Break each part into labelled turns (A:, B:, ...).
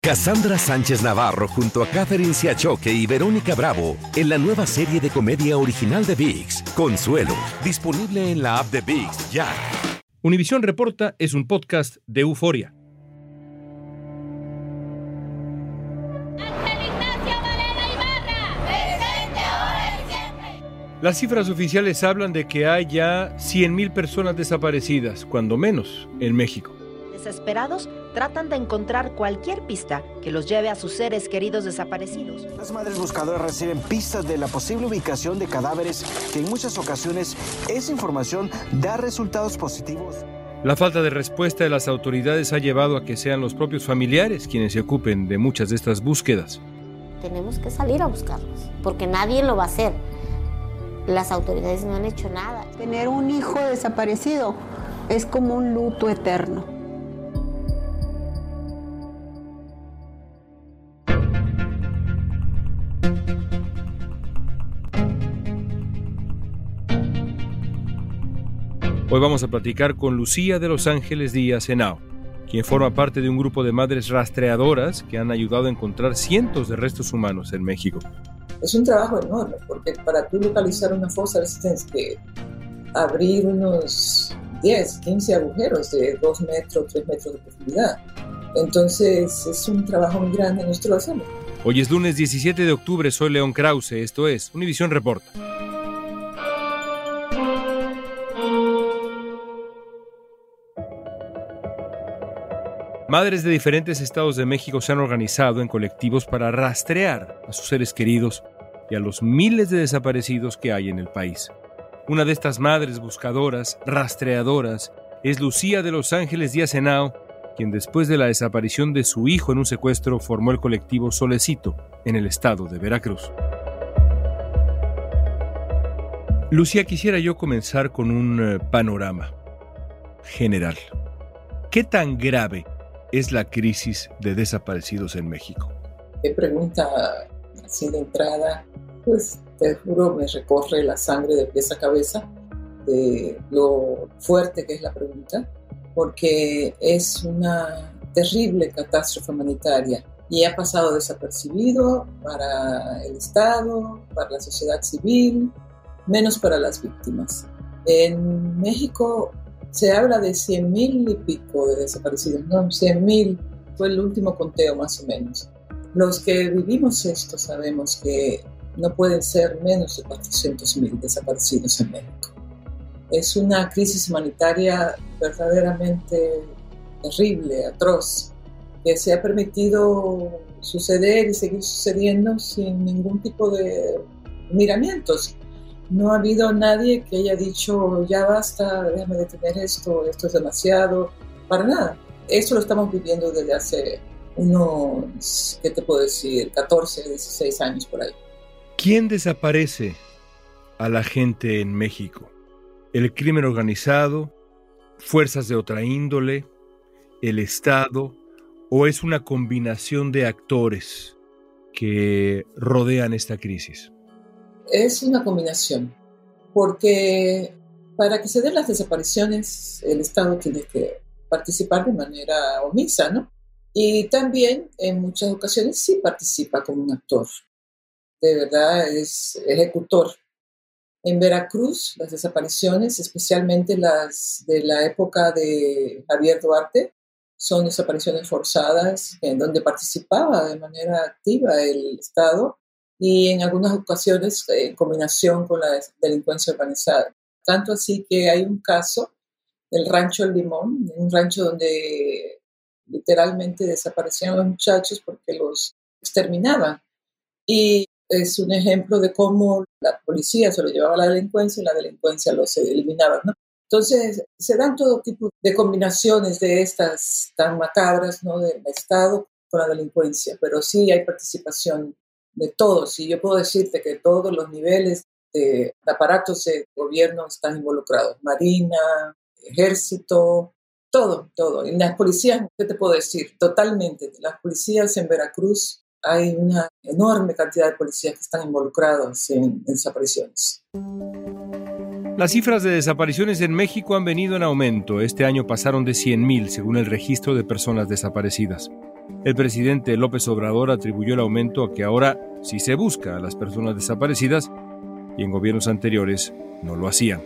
A: Cassandra Sánchez Navarro junto a Catherine Siachoque y Verónica Bravo en la nueva serie de comedia original de ViX, Consuelo, disponible en la app de ViX ya.
B: Univisión Reporta es un podcast de Euforia. Las cifras oficiales hablan de que hay ya 100,000 personas desaparecidas, cuando menos, en México.
C: Desesperados, tratan de encontrar cualquier pista que los lleve a sus seres queridos desaparecidos.
D: Las madres buscadoras reciben pistas de la posible ubicación de cadáveres que en muchas ocasiones esa información da resultados positivos.
B: La falta de respuesta de las autoridades ha llevado a que sean los propios familiares quienes se ocupen de muchas de estas búsquedas.
E: Tenemos que salir a buscarlos, porque nadie lo va a hacer. Las autoridades no han hecho nada.
F: Tener un hijo desaparecido es como un luto eterno.
B: Hoy vamos a platicar con Lucía de Los Ángeles Díaz Henao, quien forma parte de un grupo de madres rastreadoras que han ayudado a encontrar cientos de restos humanos en México.
G: Es un trabajo enorme, porque para tú localizar una fosa a veces tienes que abrir unos 10, 15 agujeros de 2 metros, 3 metros de profundidad. Entonces es un trabajo muy grande, nosotros lo hacemos.
B: Hoy es lunes 17 de octubre, soy León Krause, esto es Univisión Reporta. Madres de diferentes estados de México se han organizado en colectivos para rastrear a sus seres queridos y a los miles de desaparecidos que hay en el país. Una de estas madres buscadoras, rastreadoras, es Lucía de Los Ángeles Díaz Henao, quien después de la desaparición de su hijo en un secuestro formó el colectivo Solecito en el estado de Veracruz. Lucía, quisiera yo comenzar con un panorama general. ¿Qué tan grave es la crisis de desaparecidos en México?
G: Qué pregunta así de entrada, pues te juro me recorre la sangre de pies a cabeza de lo fuerte que es la pregunta, porque es una terrible catástrofe humanitaria y ha pasado desapercibido para el Estado, para la sociedad civil, menos para las víctimas. En México se habla de 100,000 y pico de desaparecidos, ¿no? 100,000 fue el último conteo más o menos. Los que vivimos esto sabemos que no pueden ser menos de 400,000 desaparecidos en México. Es una crisis humanitaria verdaderamente terrible, atroz, que se ha permitido suceder y seguir sucediendo sin ningún tipo de miramientos. No ha habido nadie que haya dicho, ya basta, déjame detener esto es demasiado, para nada. Esto lo estamos viviendo desde hace unos, ¿qué te puedo decir? 14, 16 años por ahí.
B: ¿Quién desaparece a la gente en México? ¿El crimen organizado? ¿Fuerzas de otra índole? ¿El Estado? ¿O es una combinación de actores que rodean esta crisis?
G: Es una combinación, porque para que se den las desapariciones, el Estado tiene que participar de manera omisa, ¿no? Y también en muchas ocasiones sí participa como un actor, de verdad es ejecutor. En Veracruz, las desapariciones, especialmente las de la época de Javier Duarte, son desapariciones forzadas en donde participaba de manera activa el Estado, y en algunas ocasiones en combinación con la delincuencia organizada. Tanto así que hay un caso, el Rancho El Limón, un rancho donde literalmente desaparecían los muchachos porque los exterminaban. Y es un ejemplo de cómo la policía se lo llevaba a la delincuencia y la delincuencia los eliminaba, ¿no? Entonces, se dan todo tipo de combinaciones de estas tan macabras, ¿no? Del Estado con la delincuencia, pero sí hay participación de todos, y yo puedo decirte que todos los niveles de aparatos de gobierno están involucrados, Marina, Ejército, todo. En las policías, ¿qué te puedo decir? Totalmente, las policías en Veracruz, hay una enorme cantidad de policías que están involucrados en desapariciones.
B: Las cifras de desapariciones en México han venido en aumento. Este año pasaron de 100,000, según el registro de personas desaparecidas. El presidente López Obrador atribuyó el aumento a que ahora sí se busca a las personas desaparecidas y en gobiernos anteriores no lo hacían.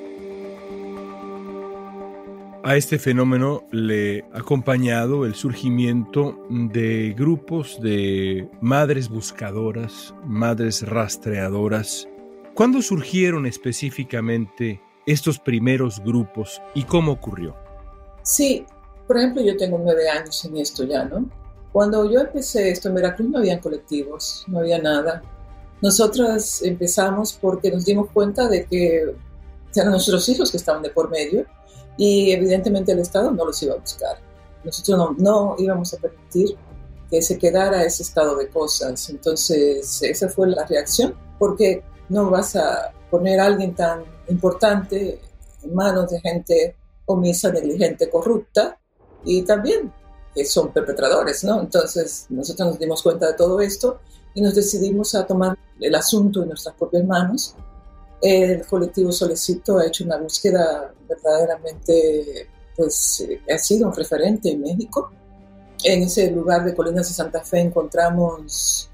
B: A este fenómeno le ha acompañado el surgimiento de grupos de madres buscadoras, madres rastreadoras. ¿Cuándo surgieron específicamente estos primeros grupos y cómo ocurrió?
G: Sí, por ejemplo, yo tengo 9 años en esto ya, ¿no? Cuando yo empecé esto en Veracruz no había colectivos, no había nada. Nosotras empezamos porque nos dimos cuenta de que eran nuestros hijos que estaban de por medio y evidentemente el Estado no los iba a buscar. Nosotros no íbamos a permitir que se quedara ese estado de cosas. Entonces esa fue la reacción, porque no vas a poner a alguien tan importante en manos de gente omisa, negligente, corrupta y también que son perpetradores, ¿no? Entonces nosotros nos dimos cuenta de todo esto y nos decidimos a tomar el asunto en nuestras propias manos. El colectivo Solecito ha hecho una búsqueda verdaderamente, pues ha sido un referente en México. En ese lugar de Colinas de Santa Fe encontramos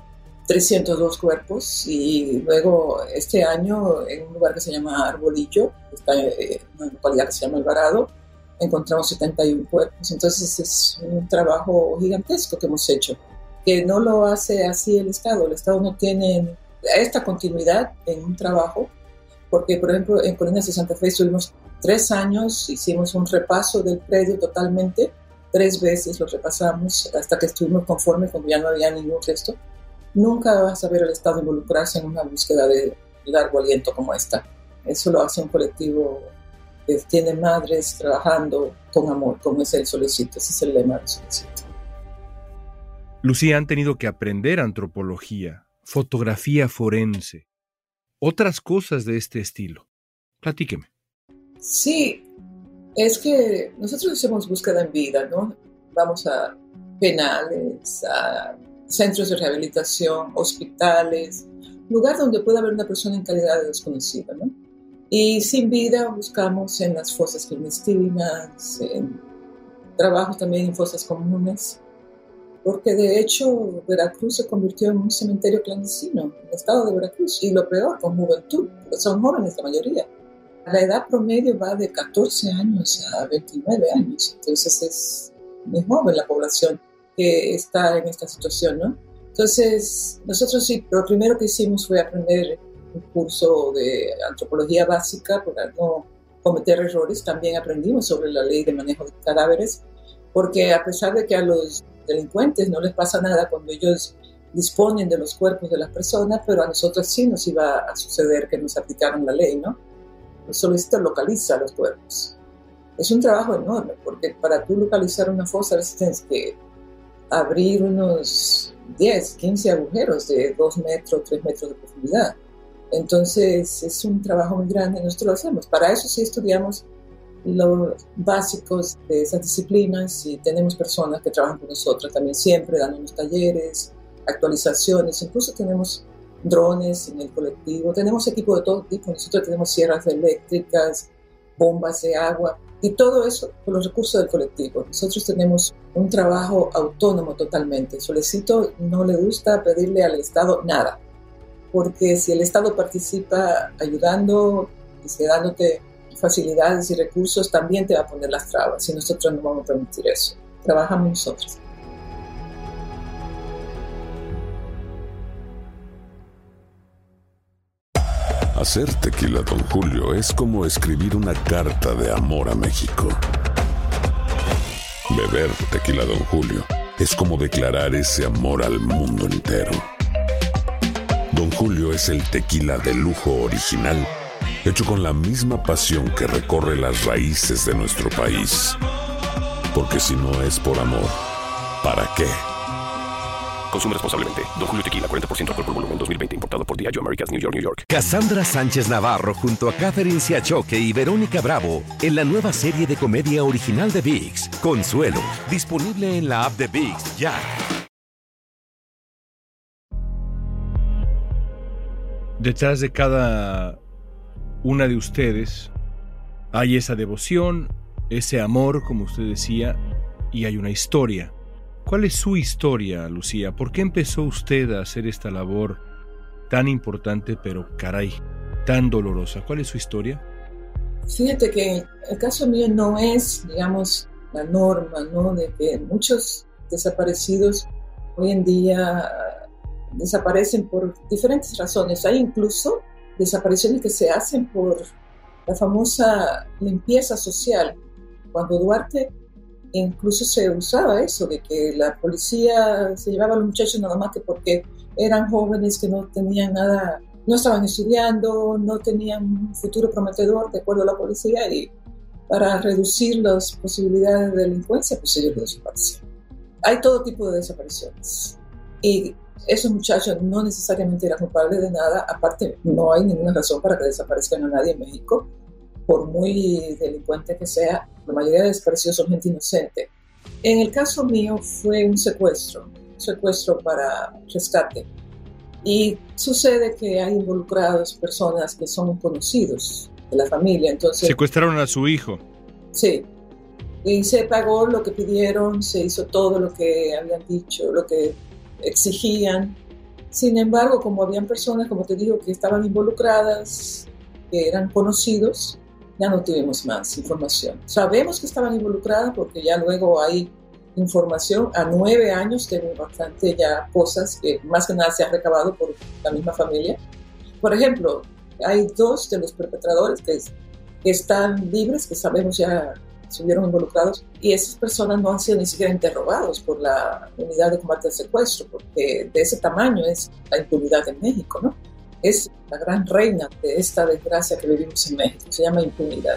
G: 302 cuerpos y luego este año en un lugar que se llama Arbolillo, que está en una localidad que se llama Alvarado, encontramos 71 cuerpos. Entonces es un trabajo gigantesco que hemos hecho, que no lo hace así el Estado. El Estado no tiene esta continuidad en un trabajo, porque por ejemplo en Colinas de Santa Fe estuvimos 3 años, hicimos un repaso del predio totalmente, 3 veces lo repasamos hasta que estuvimos conformes cuando ya no había ningún resto. Nunca vas a ver al Estado involucrarse en una búsqueda de largo aliento como esta. Eso lo hace un colectivo que tiene madres trabajando con amor, como es el Solecito. Ese es el lema del Solecito.
B: Lucía, han tenido que aprender antropología, fotografía forense, otras cosas de este estilo. Platíqueme.
G: Sí, es que nosotros hacemos búsqueda en vida, ¿no? Vamos a penales, a centros de rehabilitación, hospitales, lugar donde pueda haber una persona en calidad de desconocida, ¿no? Y sin vida buscamos en las fosas clandestinas, en trabajos también en fosas comunes, porque de hecho Veracruz se convirtió en un cementerio clandestino, en el estado de Veracruz, y lo peor, con juventud, porque son jóvenes la mayoría. La edad promedio va de 14 años a 29 años, entonces es muy joven la población que está en esta situación, ¿no? Entonces, nosotros sí, lo primero que hicimos fue aprender un curso de antropología básica para no cometer errores. También aprendimos sobre la ley de manejo de cadáveres, porque a pesar de que a los delincuentes no les pasa nada cuando ellos disponen de los cuerpos de las personas, pero a nosotros sí nos iba a suceder que nos aplicaran la ley, ¿no? El Solecito localiza los cuerpos. Es un trabajo enorme, porque para tú localizar una fosa a veces tienes que abrir unos 10, 15 agujeros de 2 metros, 3 metros de profundidad. Entonces es un trabajo muy grande, nosotros lo hacemos. Para eso sí estudiamos los básicos de esas disciplinas y tenemos personas que trabajan con nosotros también siempre, dándonos talleres, actualizaciones, incluso tenemos drones en el colectivo, tenemos equipo de todo tipo, nosotros tenemos sierras eléctricas, bombas de agua y todo eso con los recursos del colectivo. Nosotros tenemos un trabajo autónomo totalmente. Solecito no le gusta pedirle al Estado nada, porque si el Estado participa ayudando y dándote facilidades y recursos, también te va a poner las trabas y nosotros no vamos a permitir eso. Trabajamos nosotros.
H: Hacer tequila Don Julio es como escribir una carta de amor a México. Beber tequila Don Julio es como declarar ese amor al mundo entero. Don Julio es el tequila de lujo original, hecho con la misma pasión que recorre las raíces de nuestro país. Porque si no es por amor, ¿para qué?
A: Consume responsablemente. Don Julio Tequila, 40% alcohol por volumen, 2020. Importado por Diageo Americas, New York, New York. Cassandra Sánchez Navarro junto a Catherine Siachoque y Verónica Bravo en la nueva serie de comedia original de ViX, Consuelo. Disponible en la app de ViX ya.
B: Detrás de cada una de ustedes, hay esa devoción, ese amor, como usted decía, y hay una historia. ¿Cuál es su historia, Lucía? ¿Por qué empezó usted a hacer esta labor tan importante, pero caray, tan dolorosa? ¿Cuál es su historia?
G: Fíjate que el caso mío no es, digamos, la norma, ¿no? De que muchos desaparecidos hoy en día desaparecen por diferentes razones. Hay incluso desapariciones que se hacen por la famosa limpieza social. Cuando Duarte incluso se usaba eso, de que la policía se llevaba a los muchachos nada más que porque eran jóvenes que no tenían nada, no estaban estudiando, no tenían un futuro prometedor, de acuerdo a la policía, y para reducir las posibilidades de delincuencia, pues ellos los desaparecían. Hay todo tipo de desapariciones. Y esos muchachos no necesariamente eran culpables de nada. Aparte, no hay ninguna razón para que desaparezcan a nadie en México. Por muy delincuente que sea, la mayoría de desaparecidos son gente inocente. En el caso mío fue un secuestro para rescate. Y sucede que hay involucrados personas que son conocidos de la familia. Entonces,
B: secuestraron a su hijo.
G: Sí. Y se pagó lo que pidieron, se hizo todo lo que habían dicho, lo que exigían. Sin embargo, como habían personas, como te digo, que estaban involucradas, que eran conocidos, ya no tuvimos más información. Sabemos que estaban involucradas porque ya luego hay información. A 9 años tenemos bastante ya cosas que más que nada se han recabado por la misma familia. Por ejemplo, hay 2 de los perpetradores que están libres, que sabemos ya estuvieron involucrados, y esas personas no han sido ni siquiera interrogados por la unidad de combate al secuestro, porque de ese tamaño es la impunidad en México, ¿no? Es la gran reina de esta desgracia que vivimos en México, se llama impunidad.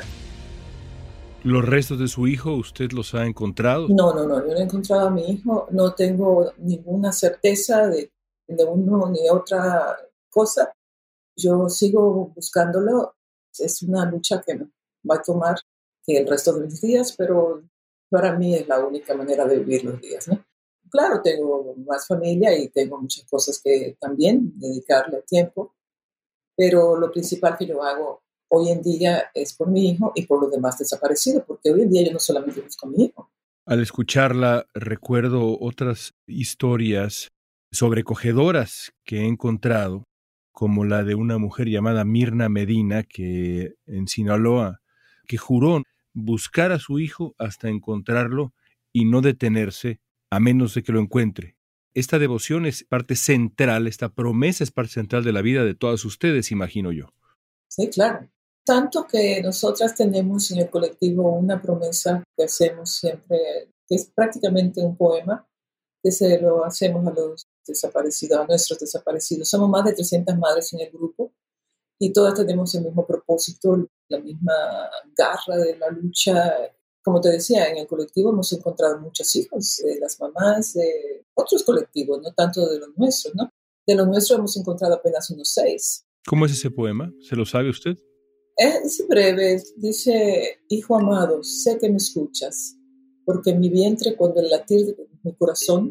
B: ¿Los restos de su hijo usted los ha encontrado?
G: No, yo no he encontrado a mi hijo, no tengo ninguna certeza de uno ni otra cosa. Yo sigo buscándolo, es una lucha que me va a tomar el resto de mis días, pero para mí es la única manera de vivir los días, ¿no? Claro, tengo más familia y tengo muchas cosas que también dedicarle tiempo, pero lo principal que yo hago hoy en día es por mi hijo y por los demás desaparecidos, porque hoy en día yo no solamente busco a mi hijo.
B: Al escucharla, recuerdo otras historias sobrecogedoras que he encontrado, como la de una mujer llamada Mirna Medina, que en Sinaloa, que juró buscar a su hijo hasta encontrarlo y no detenerse a menos de que lo encuentre. Esta devoción es parte central, esta promesa es parte central de la vida de todas ustedes, imagino yo.
G: Sí, claro. Tanto que nosotras tenemos en el colectivo una promesa que hacemos siempre, que es prácticamente un poema, que se lo hacemos a los desaparecidos, a nuestros desaparecidos. Somos más de 300 madres en el grupo y todas tenemos el mismo propósito, la misma garra de la lucha. Como te decía, en el colectivo hemos encontrado muchos hijos, de las mamás, de otros colectivos, no tanto de los nuestros, ¿no? De los nuestros hemos encontrado apenas unos 6.
B: ¿Cómo es ese poema? ¿Se lo sabe usted?
G: Es breve, dice: hijo amado, sé que me escuchas, porque en mi vientre, cuando el latir de mi corazón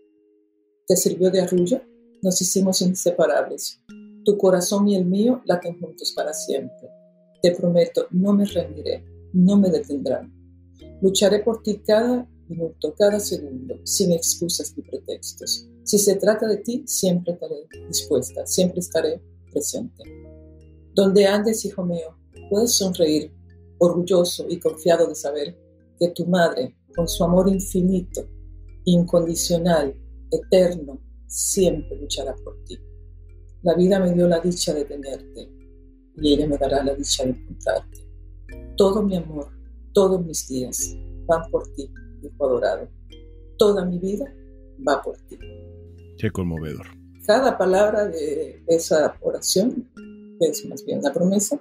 G: te sirvió de arrullo, nos hicimos inseparables. Tu corazón y el mío laten juntos para siempre. Te prometo, no me rendiré, no me detendrán. Lucharé por ti cada minuto, cada segundo, sin excusas ni pretextos. Si se trata de ti, siempre estaré dispuesta, siempre estaré presente. Donde andes, hijo mío, puedes sonreír, orgulloso y confiado de saber que tu madre, con su amor infinito, incondicional, eterno, siempre luchará por ti. La vida me dio la dicha de tenerte y ella me dará la dicha de encontrarte. Todo mi amor, todos mis días van por ti, hijo adorado. Toda mi vida va por ti.
B: Qué conmovedor.
G: Cada palabra de esa oración, que es más bien una promesa,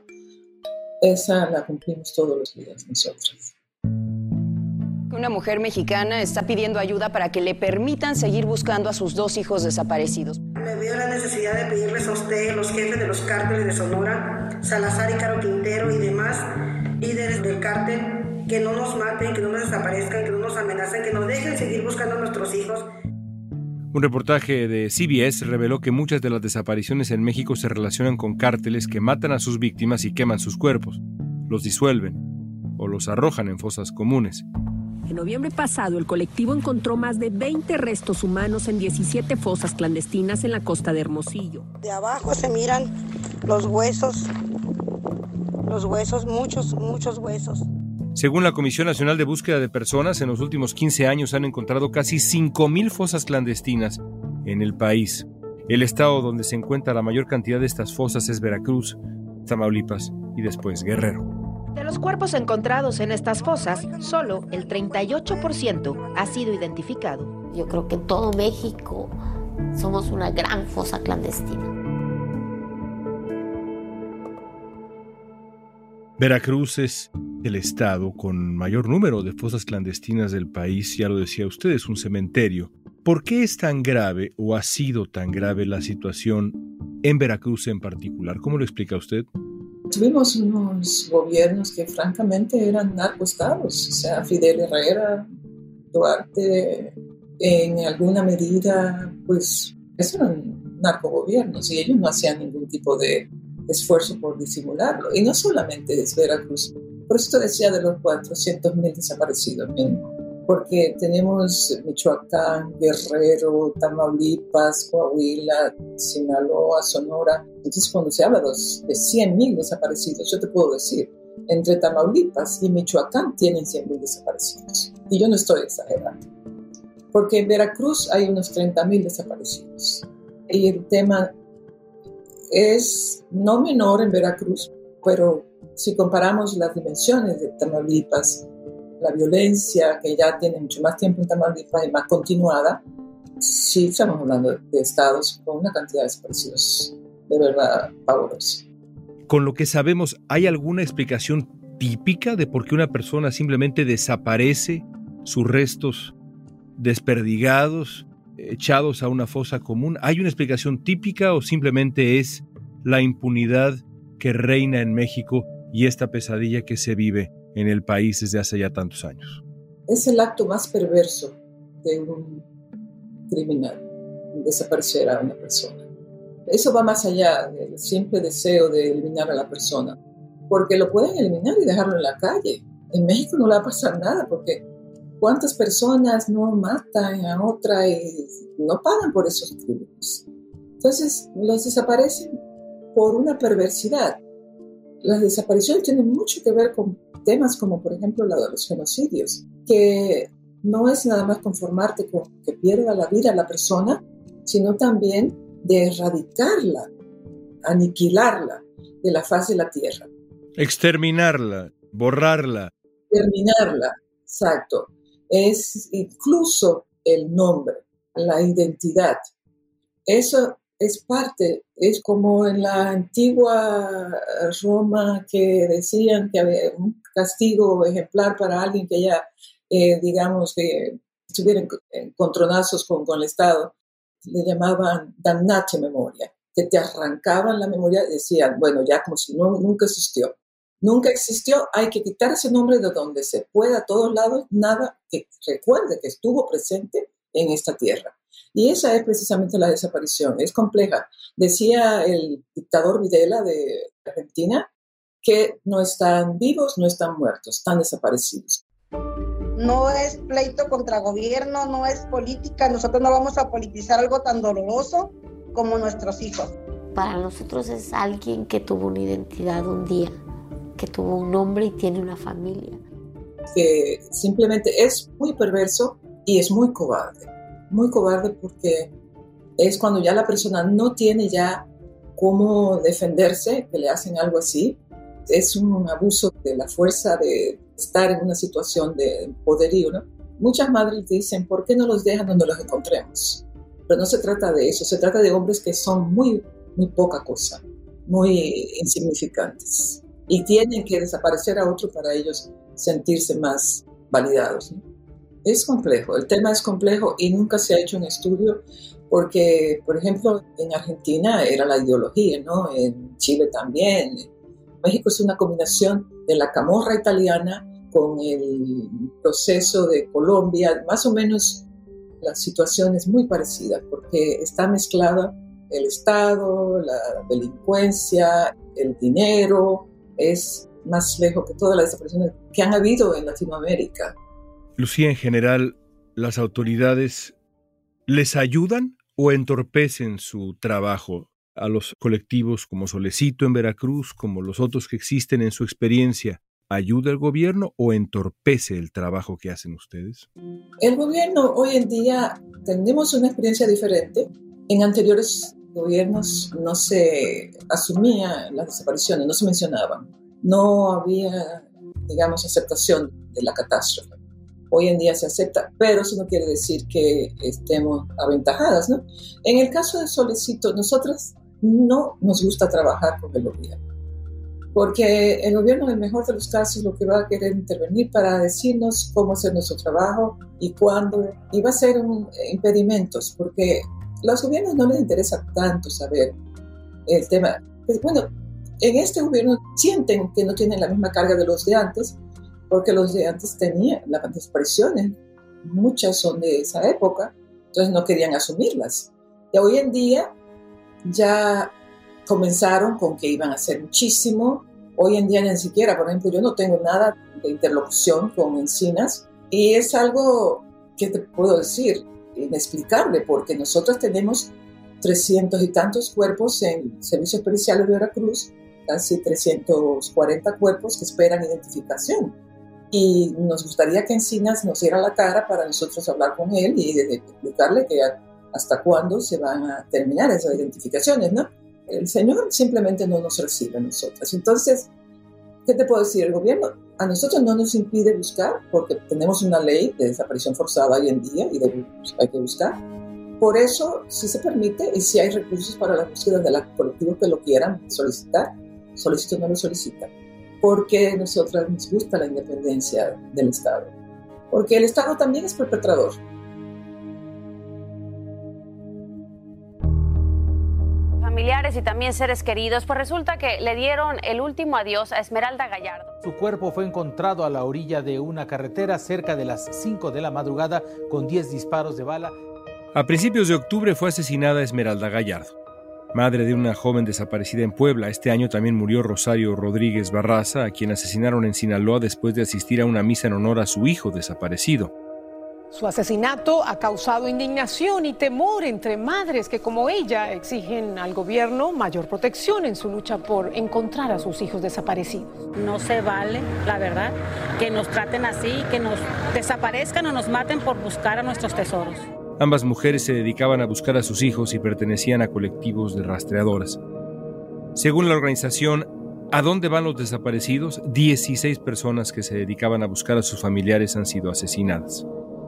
G: esa la cumplimos todos los días nosotras.
I: Una mujer mexicana está pidiendo ayuda para que le permitan seguir buscando a sus 2 hijos desaparecidos.
J: Me veo la necesidad de pedirles a ustedes, los jefes de los cárteles de Sonora, Salazar y Caro Quintero y demás líderes del cártel, que no nos maten, que no nos desaparezcan, que no nos amenacen, que nos dejen seguir buscando a nuestros hijos.
B: Un reportaje de CBS reveló que muchas de las desapariciones en México se relacionan con cárteles que matan a sus víctimas y queman sus cuerpos, los disuelven o los arrojan en fosas comunes.
K: En noviembre pasado, el colectivo encontró más de 20 restos humanos en 17 fosas clandestinas en la costa de Hermosillo.
J: De abajo se miran los huesos, muchos huesos.
B: Según la Comisión Nacional de Búsqueda de Personas, en los últimos 15 años han encontrado casi 5,000 fosas clandestinas en el país. El estado donde se encuentra la mayor cantidad de estas fosas es Veracruz, Tamaulipas y después Guerrero.
C: De los cuerpos encontrados en estas fosas, solo el 38% ha sido identificado.
E: Yo creo que en todo México somos una gran fosa clandestina.
B: Veracruz es el estado con mayor número de fosas clandestinas del país, ya lo decía usted, es un cementerio. ¿Por qué es tan grave o ha sido tan grave la situación en Veracruz en particular? ¿Cómo lo explica usted?
G: Tuvimos unos gobiernos que francamente eran narcoestados, o sea, Fidel Herrera, Duarte, en alguna medida, pues, esos eran narcogobiernos y ellos no hacían ningún tipo de esfuerzo por disimularlo. Y no solamente es Veracruz, por eso te decía de los 400,000 desaparecidos mismo, porque tenemos Michoacán, Guerrero, Tamaulipas, Coahuila, Sinaloa, Sonora. Entonces, cuando se habla de 100,000 desaparecidos, yo te puedo decir, entre Tamaulipas y Michoacán tienen 100,000 desaparecidos. Y yo no estoy exagerando, porque en Veracruz hay unos 30,000 desaparecidos. Y el tema es no menor en Veracruz, pero si comparamos las dimensiones de Tamaulipas, la violencia que ya tiene mucho más tiempo en Tamaulipas y más continuada, sí estamos hablando de estados con una cantidad de desaparecidos de verdad pavorosa.
B: Con lo que sabemos, ¿hay alguna explicación típica de por qué una persona simplemente desaparece, sus restos desperdigados, echados a una fosa común? ¿Hay una explicación típica o simplemente es la impunidad que reina en México y esta pesadilla que se vive en el país desde hace ya tantos años?
G: Es el acto más perverso de un criminal, desaparecer a una persona. Eso va más allá del simple deseo de eliminar a la persona, porque lo pueden eliminar y dejarlo en la calle. En México no le va a pasar nada, porque ¿cuántas personas no matan a otra y no pagan por esos crímenes? Entonces, los desaparecen por una perversidad. Las desapariciones tienen mucho que ver con temas como, por ejemplo, la de los genocidios, que no es nada más conformarte con que pierda la vida la persona, sino también de erradicarla, aniquilarla de la faz de la tierra.
B: Exterminarla, borrarla.
G: Terminarla, exacto. Es incluso el nombre, la identidad. Eso es parte, es como en la antigua Roma que decían que había un castigo ejemplar para alguien que ya, digamos, que estuviera en encontronazos con el Estado. Le llamaban damnatio memoria, que te arrancaban la memoria y decían, bueno, ya como si nunca existió. Nunca existió, hay que quitar ese nombre de donde se pueda, a todos lados, nada que recuerde que estuvo presente en esta tierra. Y esa es precisamente la desaparición, es compleja. Decía el dictador Videla de Argentina que no están vivos, no están muertos, están desaparecidos.
J: No es pleito contra gobierno, no es política. Nosotros no vamos a politizar algo tan doloroso como nuestros hijos.
E: Para nosotros es alguien que tuvo una identidad un día, que tuvo un nombre y tiene una familia.
G: Que simplemente es muy perverso y es muy cobarde porque es cuando ya la persona no tiene ya cómo defenderse, que le hacen algo así. Es un abuso de la fuerza de estar en una situación de poderío, ¿no? Muchas madres dicen, ¿por qué no los dejan donde los encontremos? Pero no se trata de eso, se trata de hombres que son muy, muy poca cosa, muy insignificantes. Y tienen que desaparecer a otro para ellos sentirse más validados, ¿no? Es complejo, el tema es complejo y nunca se ha hecho un estudio porque, por ejemplo, en Argentina era la ideología, ¿no? En Chile también. México es una combinación de la camorra italiana con el proceso de Colombia, más o menos la situación es muy parecida porque está mezclada el Estado, la delincuencia, el dinero, es más lejos que todas las desapariciones que han habido en Latinoamérica.
B: Lucía, en general, ¿las autoridades les ayudan o entorpecen su trabajo a los colectivos como Solecito en Veracruz, como los otros que existen en su experiencia? ¿Ayuda el gobierno o entorpece el trabajo que hacen ustedes?
G: El gobierno hoy en día tenemos una experiencia diferente. En anteriores gobiernos no se asumían las desapariciones, no se mencionaban. No había, digamos, aceptación de la catástrofe. Hoy en día se acepta, pero eso no quiere decir que estemos aventajadas, ¿no? En el caso de Solecito, nosotras no nos gusta trabajar con el gobierno, porque el gobierno, en el mejor de los casos, lo que va a querer intervenir para decirnos cómo hacer nuestro trabajo y cuándo, y va a ser impedimentos, porque a los gobiernos no les interesa tanto saber el tema. Pues, bueno, en este gobierno sienten que no tienen la misma carga de los de antes, porque los de antes tenían las desapariciones, muchas son de esa época, entonces no querían asumirlas. Y hoy en día ya comenzaron con que iban a hacer muchísimo. Hoy en día ni siquiera, por ejemplo, yo no tengo nada de interlocución con Encinas y es algo que te puedo decir, inexplicable, porque nosotros tenemos 300 y tantos cuerpos en servicios periciales de Veracruz, casi 340 cuerpos que esperan identificación. Y nos gustaría que Encinas nos diera la cara para nosotros hablar con él y explicarle que hasta cuándo se van a terminar esas identificaciones, ¿no? El señor simplemente no nos recibe a nosotras. Entonces, ¿qué te puedo decir? El gobierno a nosotros no nos impide buscar, porque tenemos una ley de desaparición forzada hoy en día y hay que buscar. Por eso sí se permite y sí hay recursos para las búsquedas de los colectivos que lo quieran solicitar. Solecito no lo solicita, porque a nosotras nos gusta la independencia del Estado, porque el Estado también es perpetrador.
L: Familiares y también seres queridos, pues resulta que le dieron el último adiós a Esmeralda Gallardo.
M: Su cuerpo fue encontrado a la orilla de una carretera cerca de las 5 de la madrugada con 10 disparos de bala.
B: A principios de octubre fue asesinada Esmeralda Gallardo, madre de una joven desaparecida en Puebla. Este año también murió Rosario Rodríguez Barraza, a quien asesinaron en Sinaloa después de asistir a una misa en honor a su hijo desaparecido.
N: Su asesinato ha causado indignación y temor entre madres que, como ella, exigen al gobierno mayor protección en su lucha por encontrar a sus hijos desaparecidos.
O: No se vale, la verdad, que nos traten así, que nos desaparezcan o nos maten por buscar a nuestros tesoros.
B: Ambas mujeres se dedicaban a buscar a sus hijos y pertenecían a colectivos de rastreadoras. Según la organización ¿A dónde van los desaparecidos? 16 personas que se dedicaban a buscar a sus familiares han sido asesinadas.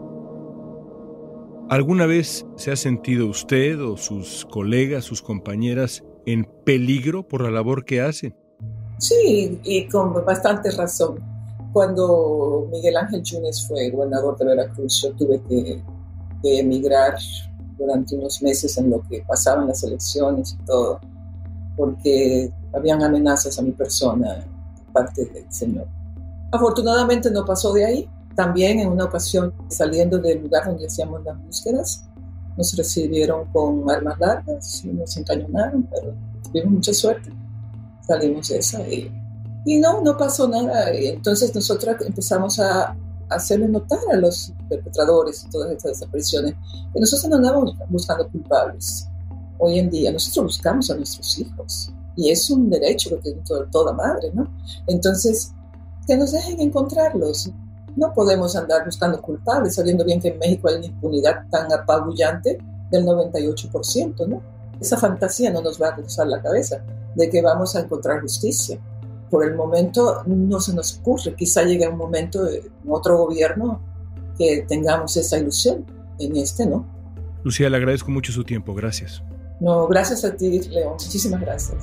B: ¿Alguna vez se ha sentido usted o sus colegas, sus compañeras, en peligro por la labor que hacen?
G: Sí, y con bastante razón. Cuando Miguel Ángel Yunes fue gobernador de Veracruz, yo tuve que emigrar durante unos meses en lo que pasaban las elecciones y todo, porque habían amenazas a mi persona de parte del señor. Afortunadamente no pasó de ahí. También en una ocasión, saliendo del lugar donde hacíamos las búsquedas, nos recibieron con armas largas y nos encañonaron, pero tuvimos mucha suerte. Salimos de esa y no pasó nada. Y entonces nosotros empezamos a hacerle notar a los perpetradores de todas estas desapariciones que nosotros no andamos buscando culpables. Hoy en día nosotros buscamos a nuestros hijos y es un derecho que tiene toda madre, ¿no? Entonces, que nos dejen encontrarlos. No podemos andar buscando culpables, sabiendo bien que en México hay una impunidad tan apabullante del 98%, ¿no? Esa fantasía no nos va a cruzar la cabeza de que vamos a encontrar justicia. Por el momento no se nos ocurre. Quizá llegue un momento en otro gobierno que tengamos esa ilusión. En este, ¿no?
B: Lucía, le agradezco mucho su tiempo. Gracias.
G: No, gracias a ti, León. Muchísimas gracias.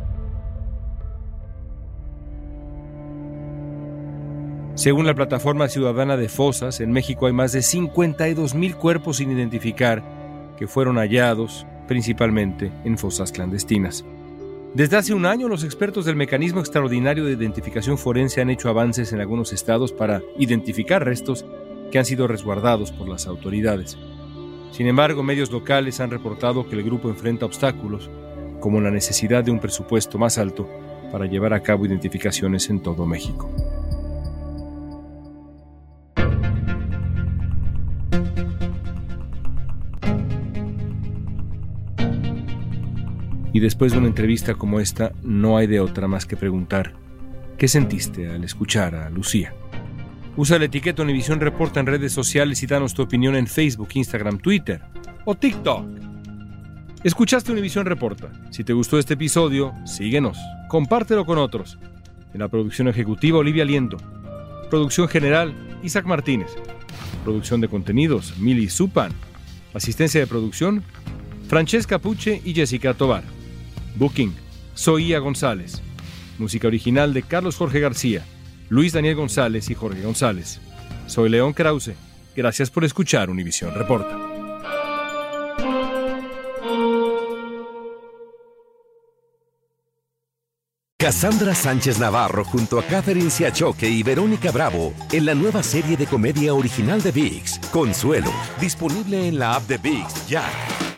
B: Según la Plataforma Ciudadana de Fosas, en México hay más de 52,000 cuerpos sin identificar que fueron hallados principalmente en fosas clandestinas. Desde hace un año, los expertos del Mecanismo Extraordinario de Identificación Forense han hecho avances en algunos estados para identificar restos que han sido resguardados por las autoridades. Sin embargo, medios locales han reportado que el grupo enfrenta obstáculos, como la necesidad de un presupuesto más alto para llevar a cabo identificaciones en todo México. Y después de una entrevista como esta, no hay de otra más que preguntar, ¿qué sentiste al escuchar a Lucía? Usa la etiqueta Univisión Reporta en redes sociales y danos tu opinión en Facebook, Instagram, Twitter o TikTok. Escuchaste Univisión Reporta. Si te gustó este episodio, síguenos, compártelo con otros. En la producción ejecutiva, Olivia Liendo. Producción general, Isaac Martínez. Producción de contenidos, Mili Supan. Asistencia de producción, Francesca Puche y Jessica Tovar. Booking, Zoía González. Música original de Carlos Jorge García, Luis Daniel González y Jorge González. Soy León Krause. Gracias por escuchar Univisión Reporta.
A: Cassandra Sánchez Navarro junto a Catherine Siachoque y Verónica Bravo en la nueva serie de comedia original de ViX, Consuelo, disponible en la app de ViX ya.